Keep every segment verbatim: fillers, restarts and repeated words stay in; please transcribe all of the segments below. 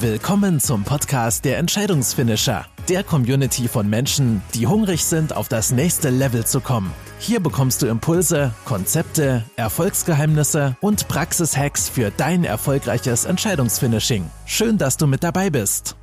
Willkommen zum Podcast der Entscheidungsfinisher, der Community von Menschen, die hungrig sind, auf das nächste Level zu kommen. Hier bekommst du Impulse, Konzepte, Erfolgsgeheimnisse und Praxishacks für dein erfolgreiches Entscheidungsfinishing. Schön, dass du mit dabei bist.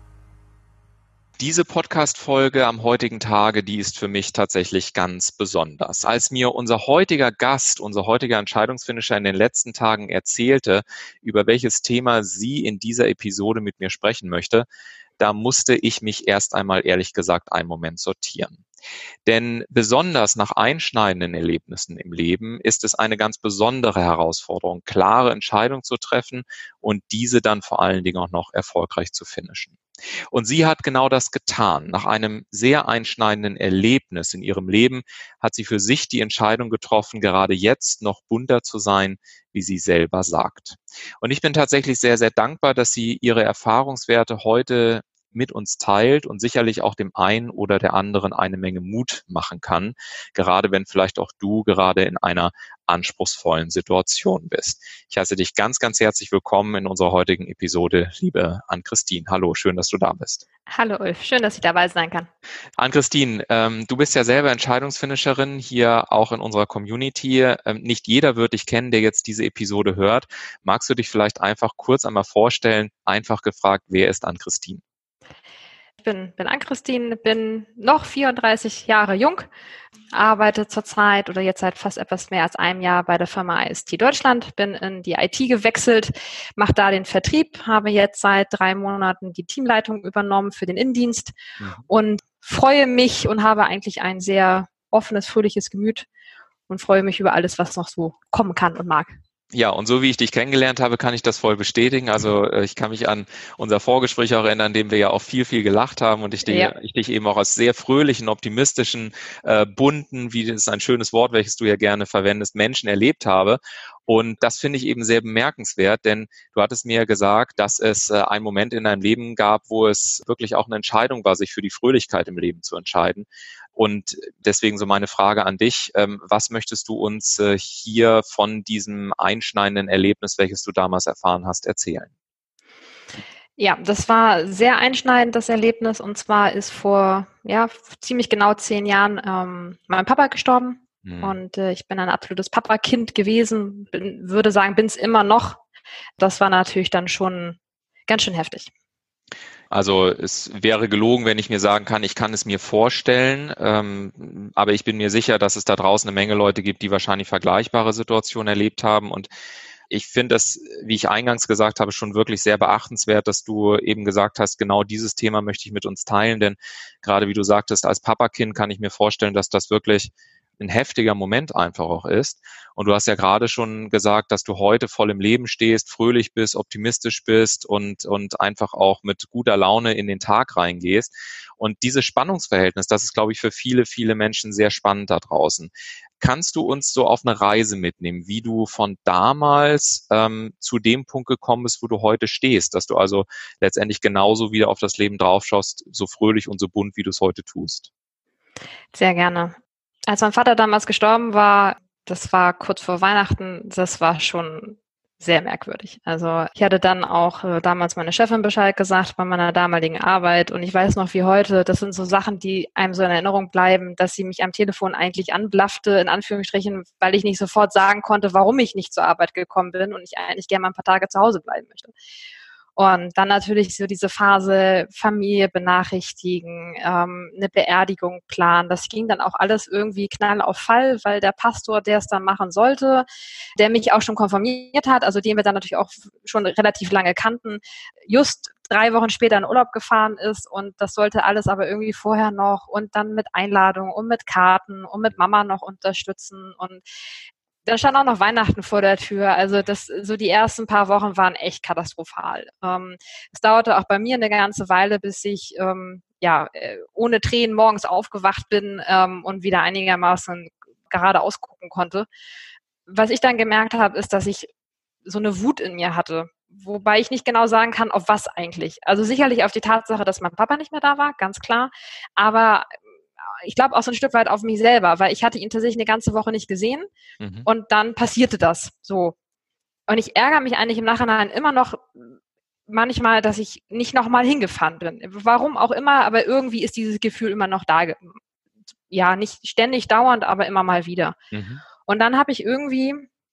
Diese Podcast-Folge am heutigen Tage, die ist für mich tatsächlich ganz besonders. Als mir unser heutiger Gast, unser heutiger Entscheidungsfinisher in den letzten Tagen erzählte, über welches Thema sie in dieser Episode mit mir sprechen möchte, da musste ich mich erst einmal ehrlich gesagt einen Moment sortieren. Denn besonders nach einschneidenden Erlebnissen im Leben ist es eine ganz besondere Herausforderung, klare Entscheidungen zu treffen und diese dann vor allen Dingen auch noch erfolgreich zu finishen. Und sie hat genau das getan. Nach einem sehr einschneidenden Erlebnis in ihrem Leben hat sie für sich die Entscheidung getroffen, gerade jetzt noch bunter zu sein, wie sie selber sagt. Und ich bin tatsächlich sehr, sehr dankbar, dass sie ihre Erfahrungswerte heute mit uns teilt und sicherlich auch dem einen oder der anderen eine Menge Mut machen kann, gerade wenn vielleicht auch du gerade in einer anspruchsvollen Situation bist. Ich heiße dich ganz, ganz herzlich willkommen in unserer heutigen Episode, liebe Ann-Christine. Hallo, schön, dass du da bist. Hallo Ulf, schön, dass ich dabei sein kann. Ann-Christine, ähm, du bist ja selber Entscheidungsfinisherin hier auch in unserer Community. Ähm, nicht jeder wird dich kennen, der jetzt diese Episode hört. Magst du dich vielleicht einfach kurz einmal vorstellen, einfach gefragt, wer ist Ann-Christine? Ich bin, bin Ann-Christine, bin noch vierunddreißig Jahre jung, arbeite zurzeit oder jetzt seit fast etwas mehr als einem Jahr bei der Firma I S T Deutschland, bin in die I T gewechselt, mache da den Vertrieb, habe jetzt seit drei Monaten die Teamleitung übernommen für den Innendienst mhm. und freue mich und habe eigentlich ein sehr offenes, fröhliches Gemüt und freue mich über alles, was noch so kommen kann und mag. Ja, und so wie ich dich kennengelernt habe, kann ich das voll bestätigen. Also ich kann mich an unser Vorgespräch auch erinnern, in dem wir ja auch viel, viel gelacht haben und ich, die, ja. ich dich eben auch als sehr fröhlichen, optimistischen, äh, bunten, wie das ist ein schönes Wort, welches du ja gerne verwendest, Menschen erlebt habe. Und das finde ich eben sehr bemerkenswert, denn du hattest mir ja gesagt, dass es äh, einen Moment in deinem Leben gab, wo es wirklich auch eine Entscheidung war, sich für die Fröhlichkeit im Leben zu entscheiden. Und deswegen so meine Frage an dich, ähm, was möchtest du uns äh, hier von diesem einschneidenden Erlebnis, welches du damals erfahren hast, erzählen? Ja, das war sehr einschneidend, das Erlebnis. Und zwar ist vor ja ziemlich genau zehn Jahren ähm, mein Papa gestorben. Hm. Und äh, ich bin ein absolutes Papa-Kind gewesen, bin, würde sagen, bin es immer noch. Das war natürlich dann schon ganz schön heftig. Also es wäre gelogen, wenn ich mir sagen kann, ich kann es mir vorstellen, ähm, aber ich bin mir sicher, dass es da draußen eine Menge Leute gibt, die wahrscheinlich vergleichbare Situationen erlebt haben. Und ich finde das, wie ich eingangs gesagt habe, schon wirklich sehr beachtenswert, dass du eben gesagt hast, genau dieses Thema möchte ich mit uns teilen, denn gerade wie du sagtest, als Papakind kann ich mir vorstellen, dass das wirklich ein heftiger Moment einfach auch ist. Und du hast ja gerade schon gesagt, dass du heute voll im Leben stehst, fröhlich bist, optimistisch bist und, und einfach auch mit guter Laune in den Tag reingehst. Und dieses Spannungsverhältnis, das ist, glaube ich, für viele, viele Menschen sehr spannend da draußen. Kannst du uns so auf eine Reise mitnehmen, wie du von damals ähm, zu dem Punkt gekommen bist, wo du heute stehst, dass du also letztendlich genauso wieder auf das Leben draufschaust, so fröhlich und so bunt, wie du es heute tust? Sehr gerne. Als mein Vater damals gestorben war, das war kurz vor Weihnachten, das war schon sehr merkwürdig. Also ich hatte dann auch äh, damals meine Chefin Bescheid gesagt bei meiner damaligen Arbeit und ich weiß noch wie heute, das sind so Sachen, die einem so in Erinnerung bleiben, dass sie mich am Telefon eigentlich anblaffte, in Anführungsstrichen, weil ich nicht sofort sagen konnte, warum ich nicht zur Arbeit gekommen bin und ich eigentlich gerne mal ein paar Tage zu Hause bleiben möchte. Und dann natürlich so diese Phase Familie benachrichtigen, ähm, eine Beerdigung planen. Das ging dann auch alles irgendwie knall auf Fall, weil der Pastor, der es dann machen sollte, der mich auch schon konfirmiert hat, also den wir dann natürlich auch schon relativ lange kannten, just drei Wochen später in Urlaub gefahren ist und das sollte alles aber irgendwie vorher noch und dann mit Einladung und mit Karten und mit Mama noch unterstützen und da stand auch noch Weihnachten vor der Tür. Also das, so die ersten paar Wochen waren echt katastrophal. Ähm, es dauerte auch bei mir eine ganze Weile, bis ich ähm, ja ohne Tränen morgens aufgewacht bin ähm, und wieder einigermaßen geradeaus gucken konnte. Was ich dann gemerkt habe, ist, dass ich so eine Wut in mir hatte. Wobei ich nicht genau sagen kann, auf was eigentlich. Also sicherlich auf die Tatsache, dass mein Papa nicht mehr da war, ganz klar. Aber ich glaube auch so ein Stück weit auf mich selber, weil ich hatte ihn tatsächlich eine ganze Woche nicht gesehen mhm. und dann passierte das so. Und ich ärgere mich eigentlich im Nachhinein immer noch manchmal, dass ich nicht nochmal hingefahren bin. Warum auch immer, aber irgendwie ist dieses Gefühl immer noch da. Ja, nicht ständig dauernd, aber immer mal wieder. Mhm. Und dann habe ich irgendwie,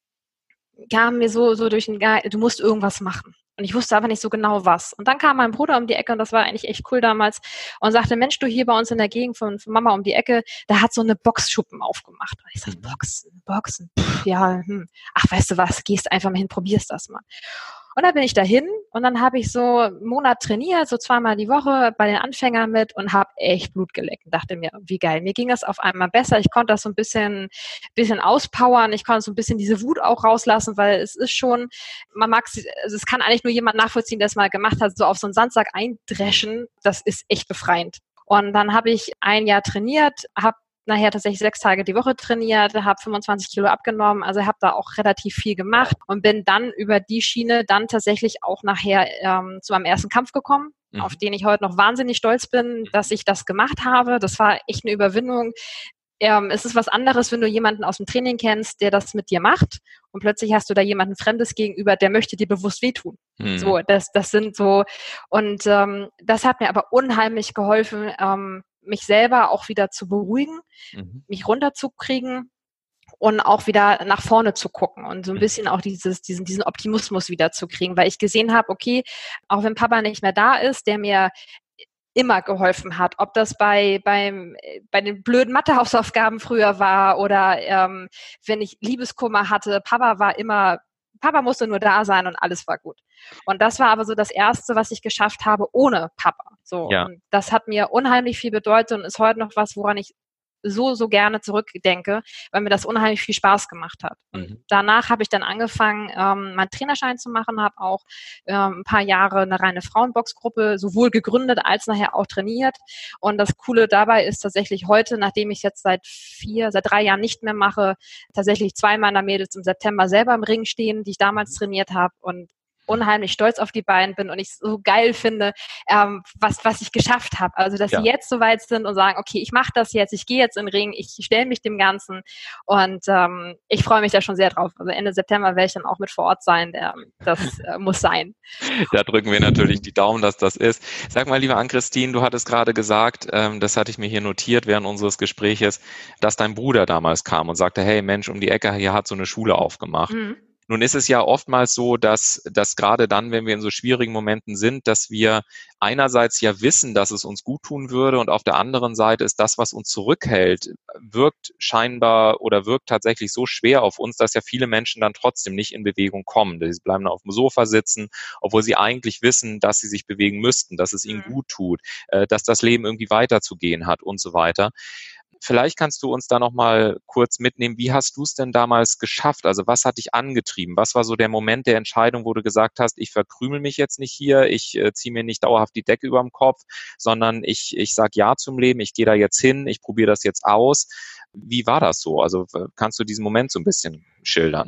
kam mir so, so durch den Geist, du musst irgendwas machen. Und ich wusste aber nicht so genau was. Und dann kam mein Bruder um die Ecke und das war eigentlich echt cool damals und sagte, Mensch, du hier bei uns in der Gegend von, von Mama um die Ecke, da hat so eine Boxschuppen aufgemacht. Und ich sage, Boxen, Boxen, pff, ja, hm. Ach, weißt du was, gehst einfach mal hin, probierst das mal. Und dann bin ich dahin und dann habe ich so einen Monat trainiert, so zweimal die Woche bei den Anfängern mit und habe echt Blut geleckt und dachte mir, wie geil. Mir ging es auf einmal besser. Ich konnte das so ein bisschen, bisschen auspowern. Ich konnte so ein bisschen diese Wut auch rauslassen, weil es ist schon, man mag es, also es kann eigentlich nur jemand nachvollziehen, der es mal gemacht hat, so auf so einen Sandsack eindreschen. Das ist echt befreiend. Und dann habe ich ein Jahr trainiert, habe nachher tatsächlich sechs Tage die Woche trainiert, habe fünfundzwanzig Kilo abgenommen, also habe da auch relativ viel gemacht und bin dann über die Schiene dann tatsächlich auch nachher ähm, zu meinem ersten Kampf gekommen, mhm. auf den ich heute noch wahnsinnig stolz bin, dass ich das gemacht habe. Das war echt eine Überwindung. Ähm, es ist was anderes, wenn du jemanden aus dem Training kennst, der das mit dir macht und plötzlich hast du da jemanden Fremdes gegenüber, der möchte dir bewusst wehtun. Mhm. So, das, das sind so und ähm, das hat mir aber unheimlich geholfen, ähm, mich selber auch wieder zu beruhigen, mhm. mich runterzukriegen und auch wieder nach vorne zu gucken und so ein bisschen auch dieses, diesen, diesen Optimismus wieder zu kriegen, weil ich gesehen habe, okay, auch wenn Papa nicht mehr da ist, der mir immer geholfen hat, ob das bei beim bei den blöden Mathehausaufgaben früher war oder ähm, wenn ich Liebeskummer hatte, Papa war immer Papa musste nur da sein und alles war gut. Und das war aber so das Erste, was ich geschafft habe ohne Papa. So, ja. Und das hat mir unheimlich viel bedeutet und ist heute noch was, woran ich so, so gerne zurückdenke, weil mir das unheimlich viel Spaß gemacht hat. Und mhm. danach habe ich dann angefangen, ähm, meinen Trainerschein zu machen, habe auch ähm, ein paar Jahre eine reine Frauenboxgruppe sowohl gegründet als nachher auch trainiert. Und das Coole dabei ist tatsächlich heute, nachdem ich jetzt seit vier, seit drei Jahren nicht mehr mache, tatsächlich zwei meiner Mädels im September selber im Ring stehen, die ich damals trainiert habe und unheimlich stolz auf die beiden bin und ich so geil finde, ähm, was was ich geschafft habe. Also, dass ja. sie jetzt so weit sind und sagen, okay, ich mache das jetzt, ich gehe jetzt in den Ring, ich stelle mich dem Ganzen und ähm, ich freue mich da schon sehr drauf. Also Ende September werde ich dann auch mit vor Ort sein. Der, das äh, muss sein. Da drücken wir natürlich die Daumen, dass das ist. Sag mal, liebe Ann-Christine, du hattest gerade gesagt, ähm, das hatte ich mir hier notiert während unseres Gespräches, dass dein Bruder damals kam und sagte, hey Mensch, um die Ecke hier hat so eine Schule aufgemacht. Mhm. Nun ist es ja oftmals so, dass, dass gerade dann, wenn wir in so schwierigen Momenten sind, dass wir einerseits ja wissen, dass es uns gut tun würde und auf der anderen Seite ist das, was uns zurückhält, wirkt scheinbar oder wirkt tatsächlich so schwer auf uns, dass ja viele Menschen dann trotzdem nicht in Bewegung kommen. Sie bleiben auf dem Sofa sitzen, obwohl sie eigentlich wissen, dass sie sich bewegen müssten, dass es ihnen gut tut, dass das Leben irgendwie weiterzugehen hat und so weiter. Vielleicht kannst du uns da noch mal kurz mitnehmen, wie hast du es denn damals geschafft? Also was hat dich angetrieben? Was war so der Moment der Entscheidung, wo du gesagt hast, ich verkrümel mich jetzt nicht hier, ich äh, ziehe mir nicht dauerhaft die Decke über dem Kopf, sondern ich, ich sage Ja zum Leben, ich gehe da jetzt hin, ich probiere das jetzt aus. Wie war das so? Also kannst du diesen Moment so ein bisschen schildern?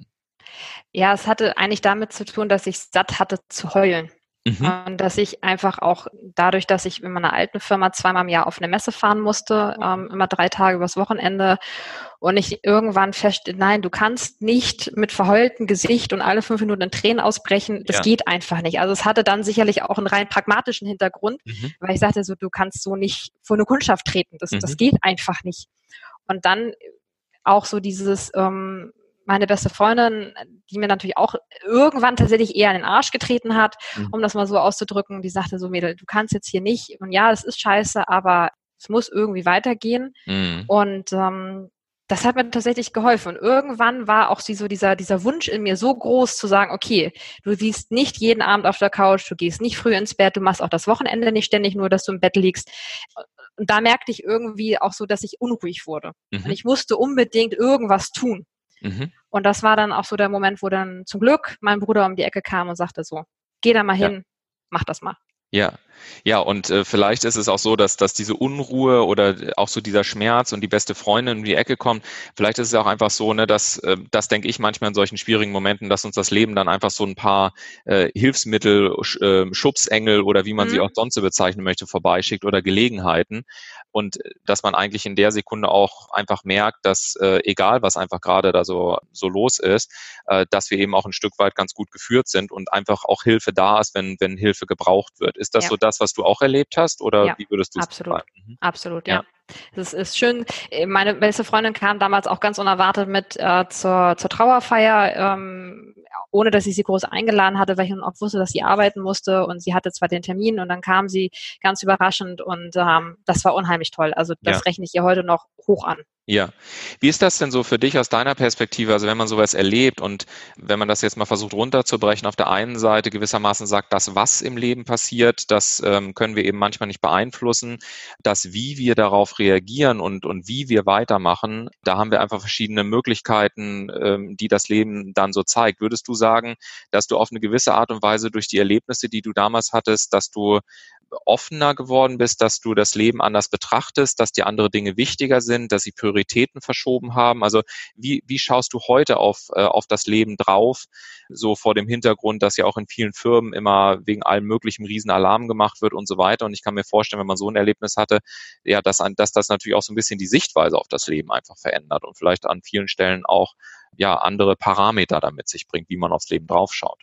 Ja, es hatte eigentlich damit zu tun, dass ich satt hatte zu heulen. Mhm. Und dass ich einfach auch dadurch, dass ich in meiner alten Firma zweimal im Jahr auf eine Messe fahren musste, ähm, immer drei Tage übers Wochenende und ich irgendwann feststelle, nein, du kannst nicht mit verheultem Gesicht und alle fünf Minuten in Tränen ausbrechen, das ja. geht einfach nicht. Also es hatte dann sicherlich auch einen rein pragmatischen Hintergrund, mhm. weil ich sagte so, du kannst so nicht vor eine Kundschaft treten, das, mhm. das geht einfach nicht. Und dann auch so dieses, ähm, meine beste Freundin, die mir natürlich auch irgendwann tatsächlich eher in den Arsch getreten hat, mhm. um das mal so auszudrücken, die sagte so, Mädel, du kannst jetzt hier nicht, und ja, es ist scheiße, aber es muss irgendwie weitergehen. Mhm. Und ähm, das hat mir tatsächlich geholfen. Und irgendwann war auch so dieser, dieser Wunsch in mir so groß zu sagen, okay, du liegst nicht jeden Abend auf der Couch, du gehst nicht früh ins Bett, du machst auch das Wochenende nicht ständig nur, dass du im Bett liegst. Und da merkte ich irgendwie auch so, dass ich unruhig wurde. Mhm. Und ich musste unbedingt irgendwas tun. Mhm. Und das war dann auch so der Moment, wo dann zum Glück mein Bruder um die Ecke kam und sagte so, geh da mal hin, ja. mach das mal. Ja, Ja, und äh, vielleicht ist es auch so, dass, dass diese Unruhe oder auch so dieser Schmerz und die beste Freundin um die Ecke kommt. Vielleicht ist es auch einfach so, ne, dass, äh, das denke ich manchmal in solchen schwierigen Momenten, dass uns das Leben dann einfach so ein paar äh, Hilfsmittel, Sch, äh, Schubsengel oder wie man Mhm. sie auch sonst so bezeichnen möchte, vorbeischickt oder Gelegenheiten. Und äh, dass man eigentlich in der Sekunde auch einfach merkt, dass äh, egal was einfach gerade da so, so los ist, äh, dass wir eben auch ein Stück weit ganz gut geführt sind und einfach auch Hilfe da ist, wenn, wenn Hilfe gebraucht wird. Ist das Ja. so das, was du auch erlebt hast, oder Ja, wie würdest du es absolut, beschreiben? Mhm. absolut, Ja. ja. Das ist schön. Meine beste Freundin kam damals auch ganz unerwartet mit äh, zur, zur Trauerfeier, ähm, ohne dass ich sie groß eingeladen hatte, weil ich auch wusste, dass sie arbeiten musste, und sie hatte zwar den Termin und dann kam sie ganz überraschend, und ähm, das war unheimlich toll. Also das Ja. rechne ich ihr heute noch hoch an. Ja. Wie ist das denn so für dich aus deiner Perspektive? Also wenn man sowas erlebt und wenn man das jetzt mal versucht runterzubrechen, auf der einen Seite gewissermaßen sagt, das, was im Leben passiert, das ähm, können wir eben manchmal nicht beeinflussen. Das, wie wir darauf reagieren und, und wie wir weitermachen, da haben wir einfach verschiedene Möglichkeiten, ähm, die das Leben dann so zeigt. Würdest du sagen, dass du auf eine gewisse Art und Weise durch die Erlebnisse, die du damals hattest, dass du offener geworden bist, dass du das Leben anders betrachtest, dass dir andere Dinge wichtiger sind, dass sie Prioritäten verschoben haben? Also wie, wie schaust du heute auf, äh, auf das Leben drauf, so vor dem Hintergrund, dass ja auch in vielen Firmen immer wegen allem möglichen Riesenalarm gemacht wird und so weiter. Und ich kann mir vorstellen, wenn man so ein Erlebnis hatte, ja, dass, dass das natürlich auch so ein bisschen die Sichtweise auf das Leben einfach verändert und vielleicht an vielen Stellen auch ja andere Parameter damit sich bringt, wie man aufs Leben draufschaut.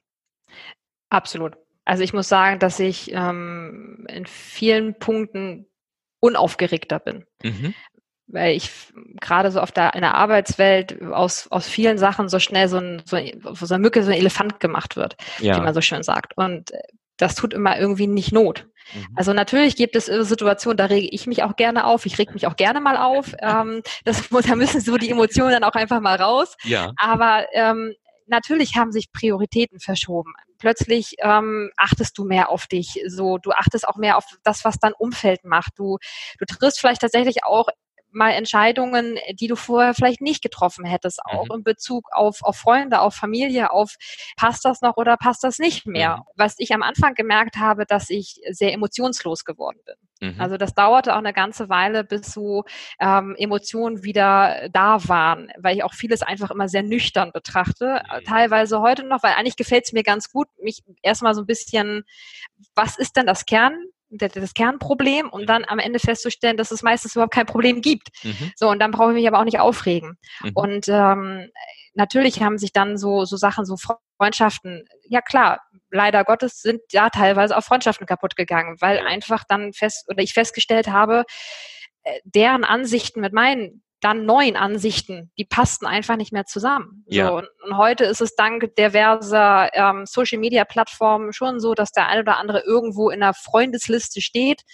Absolut. Also ich muss sagen, dass ich ähm, in vielen Punkten unaufgeregter bin. Mhm. Weil ich gerade so auf der, in der Arbeitswelt aus, aus vielen Sachen so schnell so, ein, so, so eine Mücke, so ein Elefant gemacht wird, Ja. wie man so schön sagt. Und das tut immer irgendwie nicht Not. Mhm. Also natürlich gibt es Situationen, da rege ich mich auch gerne auf. Ich reg mich auch gerne mal auf. ähm, das, da müssen so die Emotionen dann auch einfach mal raus. Ja. Aber ähm, natürlich haben sich Prioritäten verschoben. Plötzlich ähm, achtest du mehr auf dich. So, du achtest auch mehr auf das, was dein Umfeld macht. Du, du triffst vielleicht tatsächlich auch mal Entscheidungen, die du vorher vielleicht nicht getroffen hättest, auch Mhm. in Bezug auf, auf Freunde, auf Familie, auf passt das noch oder passt das nicht mehr. Mhm. Was ich am Anfang gemerkt habe, dass ich sehr emotionslos geworden bin. Mhm. Also das dauerte auch eine ganze Weile, bis so ähm, Emotionen wieder da waren, weil ich auch vieles einfach immer sehr nüchtern betrachte. Mhm. Teilweise heute noch, weil eigentlich gefällt es mir ganz gut, mich erstmal so ein bisschen, was ist denn das Kern? das Kernproblem und dann am Ende festzustellen, dass es meistens überhaupt kein Problem gibt. Mhm. So, und dann brauche ich mich aber auch nicht aufregen. Mhm. Und ähm, natürlich haben sich dann so so Sachen, so Freundschaften, ja klar, leider Gottes sind ja teilweise auch Freundschaften kaputt gegangen, weil Ja. einfach dann fest, oder ich festgestellt habe, äh, deren Ansichten mit meinen dann neuen Ansichten, die passten einfach nicht mehr zusammen. Ja. So, und, und heute ist es dank diverser ähm, Social-Media-Plattformen schon so, dass der eine oder andere irgendwo in einer Freundesliste steht,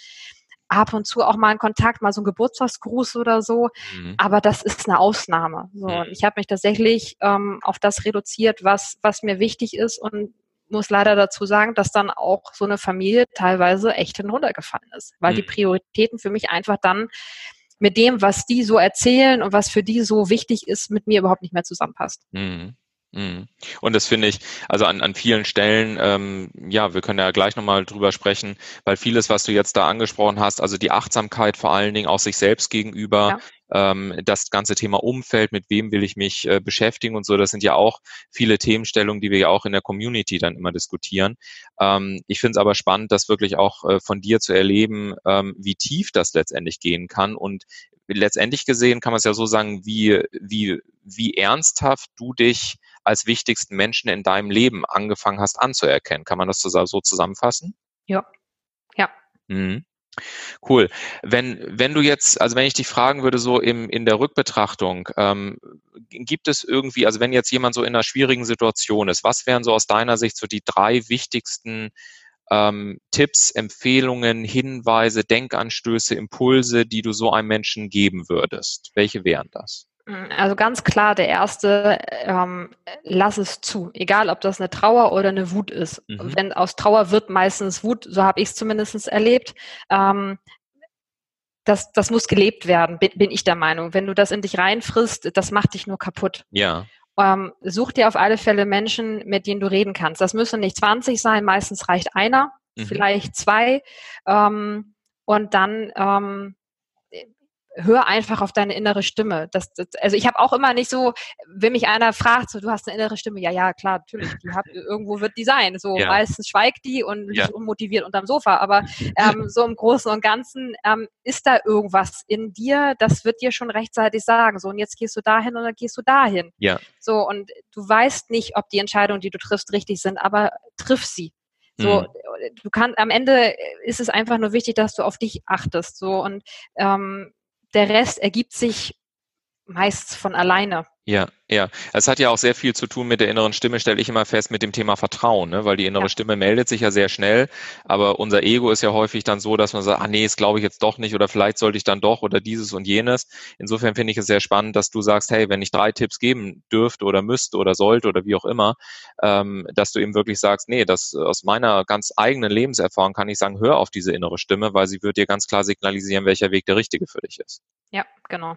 ab und zu auch mal ein Kontakt, mal so ein Geburtstagsgruß oder so, Mhm. aber das ist eine Ausnahme. So, und ich habe mich tatsächlich ähm, auf das reduziert, was, was mir wichtig ist, und muss leider dazu sagen, dass dann auch so eine Familie teilweise echt hinuntergefallen ist, weil Mhm. die Prioritäten für mich einfach dann mit dem, was die so erzählen und was für die so wichtig ist, mit mir überhaupt nicht mehr zusammenpasst. Mhm. Mhm. Und das finde ich, also an, an vielen Stellen, ähm, ja, wir können ja gleich nochmal drüber sprechen, weil vieles, was du jetzt da angesprochen hast, also die Achtsamkeit vor allen Dingen auch sich selbst gegenüber, ja. ähm, das ganze Thema Umfeld, mit wem will ich mich äh, beschäftigen und so, das sind ja auch viele Themenstellungen, die wir ja auch in der Community dann immer diskutieren. Ähm, ich finde es aber spannend, das wirklich auch äh, von dir zu erleben, ähm, wie tief das letztendlich gehen kann, und letztendlich gesehen kann man es ja so sagen, wie, wie, wie ernsthaft du dich als wichtigsten Menschen in deinem Leben angefangen hast anzuerkennen. Kann man das so zusammenfassen? Ja, ja. Mhm. Cool. Wenn, wenn du jetzt, also wenn ich dich fragen würde, so im, in der Rückbetrachtung, ähm, gibt es irgendwie, also wenn jetzt jemand so in einer schwierigen Situation ist, was wären so aus deiner Sicht so die drei wichtigsten ähm, Tipps, Empfehlungen, Hinweise, Denkanstöße, Impulse, die du so einem Menschen geben würdest? Welche wären das? Also ganz klar, der erste, ähm, lass es zu. Egal, ob das eine Trauer oder eine Wut ist. Mhm. Wenn aus Trauer wird meistens Wut, so habe ich es zumindest erlebt. Ähm, das, das muss gelebt werden, bin, bin ich der Meinung. Wenn du das in dich reinfrisst, das macht dich nur kaputt. Ja. Ähm, such dir auf alle Fälle Menschen, mit denen du reden kannst. Das müssen nicht zwanzig sein, meistens reicht einer. Mhm. vielleicht zwei. Ähm, und dann ähm, hör einfach auf deine innere Stimme. Das, das, also ich habe auch immer nicht so, wenn mich einer fragt, so du hast eine innere Stimme, ja, ja, klar, natürlich, die hat, irgendwo wird die sein. So Ja, meistens schweigt die und ja, liegt unmotiviert unterm Sofa. Aber ähm, so im Großen und Ganzen ähm, ist da irgendwas in dir, das wird dir schon rechtzeitig sagen. So, und jetzt gehst du dahin und dann gehst du dahin. ja. So, und du weißt nicht, ob die Entscheidungen, die du triffst, richtig sind, aber triff sie. So, Mhm. du kannst, am Ende ist es einfach nur wichtig, dass du auf dich achtest. So, und ähm, der Rest ergibt sich meist von alleine. Ja, ja. Es hat ja auch sehr viel zu tun mit der inneren Stimme, stelle ich immer fest, mit dem Thema Vertrauen, ne? Weil die innere Ja, Stimme meldet sich ja sehr schnell, aber unser Ego ist ja häufig dann so, dass man sagt, ah nee, das glaube ich jetzt doch nicht oder vielleicht sollte ich dann doch oder dieses und jenes. Insofern finde ich es sehr spannend, dass du sagst, hey, wenn ich drei Tipps geben dürfte oder müsste oder sollte oder wie auch immer, ähm, dass du eben wirklich sagst, nee, das aus meiner ganz eigenen Lebenserfahrung kann ich sagen, hör auf diese innere Stimme, weil sie wird dir ganz klar signalisieren, welcher Weg der richtige für dich ist. ja, genau.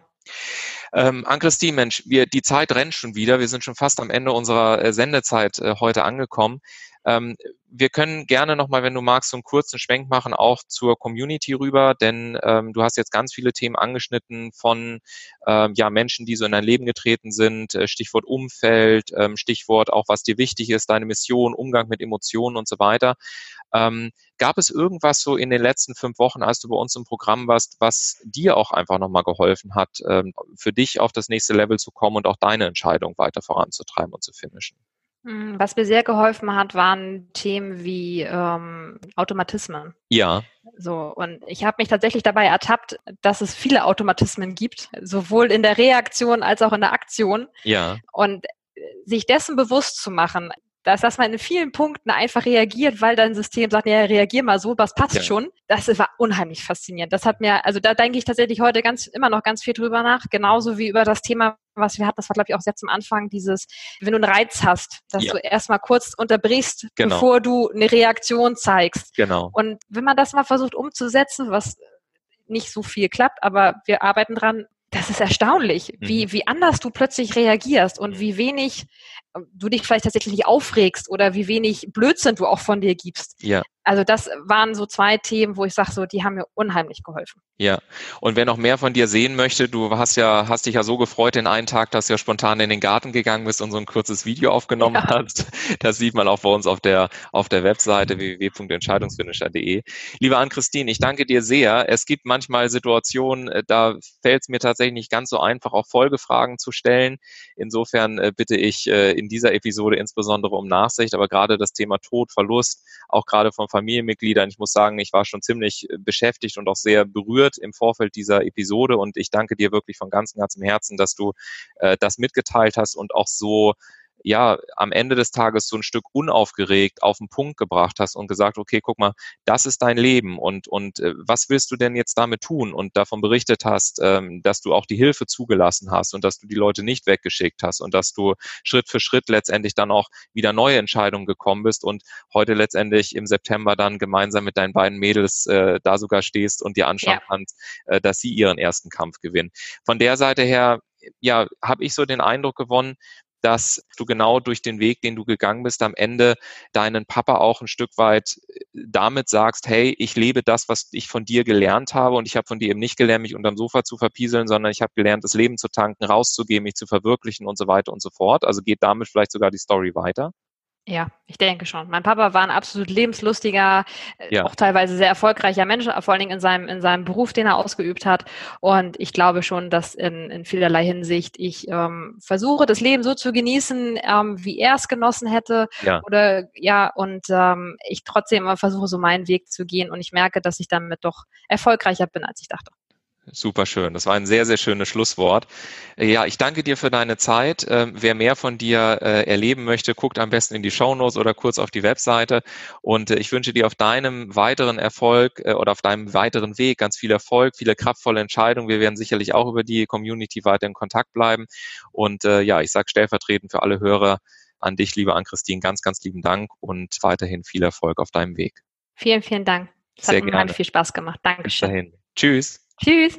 Ähm, Ann-Christine, Mensch, wir, die Zeit rennt schon wieder. Wir sind schon fast am Ende unserer äh, Sendezeit äh, heute angekommen. Ähm, wir können gerne nochmal, wenn du magst, so einen kurzen Schwenk machen, auch zur Community rüber, denn ähm, du hast jetzt ganz viele Themen angeschnitten von ähm, ja, Menschen, die so in dein Leben getreten sind, äh, Stichwort Umfeld, ähm, Stichwort auch, was dir wichtig ist, deine Mission, Umgang mit Emotionen und so weiter. Ähm, gab es irgendwas so in den letzten fünf Wochen, als du bei uns im Programm warst, was dir auch einfach nochmal geholfen hat, ähm, für dich auf das nächste Level zu kommen und auch deine Entscheidung weiter voranzutreiben und zu finishen? Mm, Was mir sehr geholfen hat, waren Themen wie ähm, Automatismen. Ja, So, und ich habe mich tatsächlich dabei ertappt, dass es viele Automatismen gibt, sowohl in der Reaktion als auch in der Aktion. ja, Und äh, sich dessen bewusst zu machen, dass, dass man in vielen Punkten einfach reagiert, weil dein System sagt, ja, reagier mal so, was passt ja, schon. Das war unheimlich faszinierend. Das hat mir, also da denke ich tatsächlich heute ganz, immer noch ganz viel drüber nach, genauso wie über das Thema, was wir hatten, das war, glaube ich, auch sehr zum Anfang, dieses, wenn du einen Reiz hast, dass ja, du erstmal kurz unterbrichst, genau, bevor du eine Reaktion zeigst. genau. Und wenn man das mal versucht umzusetzen, was nicht so viel klappt, aber wir arbeiten dran, das ist erstaunlich, Mhm. wie, wie anders du plötzlich reagierst und wie wenig du dich vielleicht tatsächlich aufregst oder wie wenig Blödsinn du auch von dir gibst. Ja. Also das waren so zwei Themen, wo ich sage, so, die haben mir unheimlich geholfen. Ja, und wer noch mehr von dir sehen möchte, du hast ja, hast dich ja so gefreut den einen Tag, dass du ja spontan in den Garten gegangen bist und so ein kurzes Video aufgenommen Ja, hast. Das sieht man auch bei uns auf der, auf der Webseite w w w punkt entscheidungsfinisher punkt de. Liebe Ann-Christine, ich danke dir sehr. Es gibt manchmal Situationen, äh, da fällt es mir tatsächlich nicht ganz so einfach, auch Folgefragen zu stellen. Insofern äh, bitte ich äh, in dieser Episode insbesondere um Nachsicht, aber gerade das Thema Tod, Verlust, auch gerade von Familienmitgliedern, ich muss sagen, ich war schon ziemlich äh, beschäftigt und auch sehr berührt im Vorfeld dieser Episode und ich danke dir wirklich von ganzem, ganzem Herzen, dass du äh, das mitgeteilt hast und auch so ja, am Ende des Tages so ein Stück unaufgeregt auf den Punkt gebracht hast und gesagt, okay, guck mal, das ist dein Leben und, und äh, was willst du denn jetzt damit tun? Und davon berichtet hast, ähm, dass du auch die Hilfe zugelassen hast und dass du die Leute nicht weggeschickt hast und dass du Schritt für Schritt letztendlich dann auch wieder neue Entscheidungen gekommen bist und heute letztendlich im September dann gemeinsam mit deinen beiden Mädels äh, da sogar stehst und dir anschauen ja. kannst, äh, dass sie ihren ersten Kampf gewinnen. Von der Seite her, ja, habe ich so den Eindruck gewonnen, dass du genau durch den Weg, den du gegangen bist, am Ende deinen Papa auch ein Stück weit damit sagst, hey, ich lebe das, was ich von dir gelernt habe und ich habe von dir eben nicht gelernt, mich unterm Sofa zu verpieseln, sondern ich habe gelernt, das Leben zu tanken, rauszugehen, mich zu verwirklichen und so weiter und so fort. Also geht damit vielleicht sogar die Story weiter. Ja, ich denke schon. Mein Papa war ein absolut lebenslustiger, äh, Ja, auch teilweise sehr erfolgreicher Mensch, vor allen Dingen in seinem, in seinem Beruf, den er ausgeübt hat. Und ich glaube schon, dass in, in vielerlei Hinsicht ich ähm, versuche, das Leben so zu genießen, ähm, wie er es genossen hätte. ja. Oder ja, und ähm, ich trotzdem immer versuche, so meinen Weg zu gehen. Und ich merke, dass ich damit doch erfolgreicher bin, als ich dachte. Super schön. Das war ein sehr, sehr schönes Schlusswort. Ja, ich danke dir für deine Zeit. Ähm, wer mehr von dir äh, erleben möchte, guckt am besten in die Shownotes oder kurz auf die Webseite. Und äh, ich wünsche dir auf deinem weiteren Erfolg äh, oder auf deinem weiteren Weg ganz viel Erfolg, viele kraftvolle Entscheidungen. Wir werden sicherlich auch über die Community weiter in Kontakt bleiben. Und äh, ja, ich sage stellvertretend für alle Hörer an dich, liebe Ann-Christine, ganz, ganz lieben Dank und weiterhin viel Erfolg auf deinem Weg. Vielen, vielen Dank. Es hat Sehr unheimlich gerne. viel Spaß gemacht. Bis Dankeschön. dahin. Tschüss. Tschüss.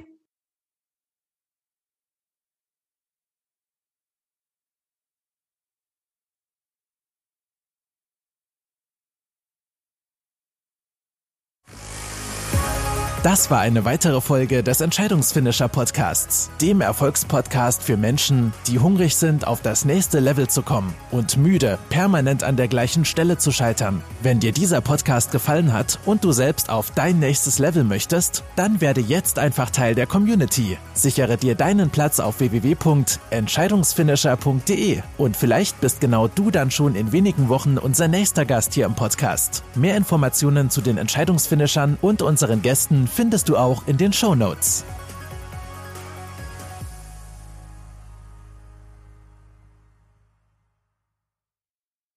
Das war eine weitere Folge des Entscheidungsfinisher Podcasts, dem Erfolgspodcast für Menschen, die hungrig sind, auf das nächste Level zu kommen und müde, permanent an der gleichen Stelle zu scheitern. Wenn dir dieser Podcast gefallen hat und du selbst auf dein nächstes Level möchtest, dann werde jetzt einfach Teil der Community. Sichere dir deinen Platz auf w w w punkt entscheidungsfinisher punkt d e und vielleicht bist genau du dann schon in wenigen Wochen unser nächster Gast hier im Podcast. Mehr Informationen zu den Entscheidungsfinishern und unseren Gästen findest du auch in den Shownotes.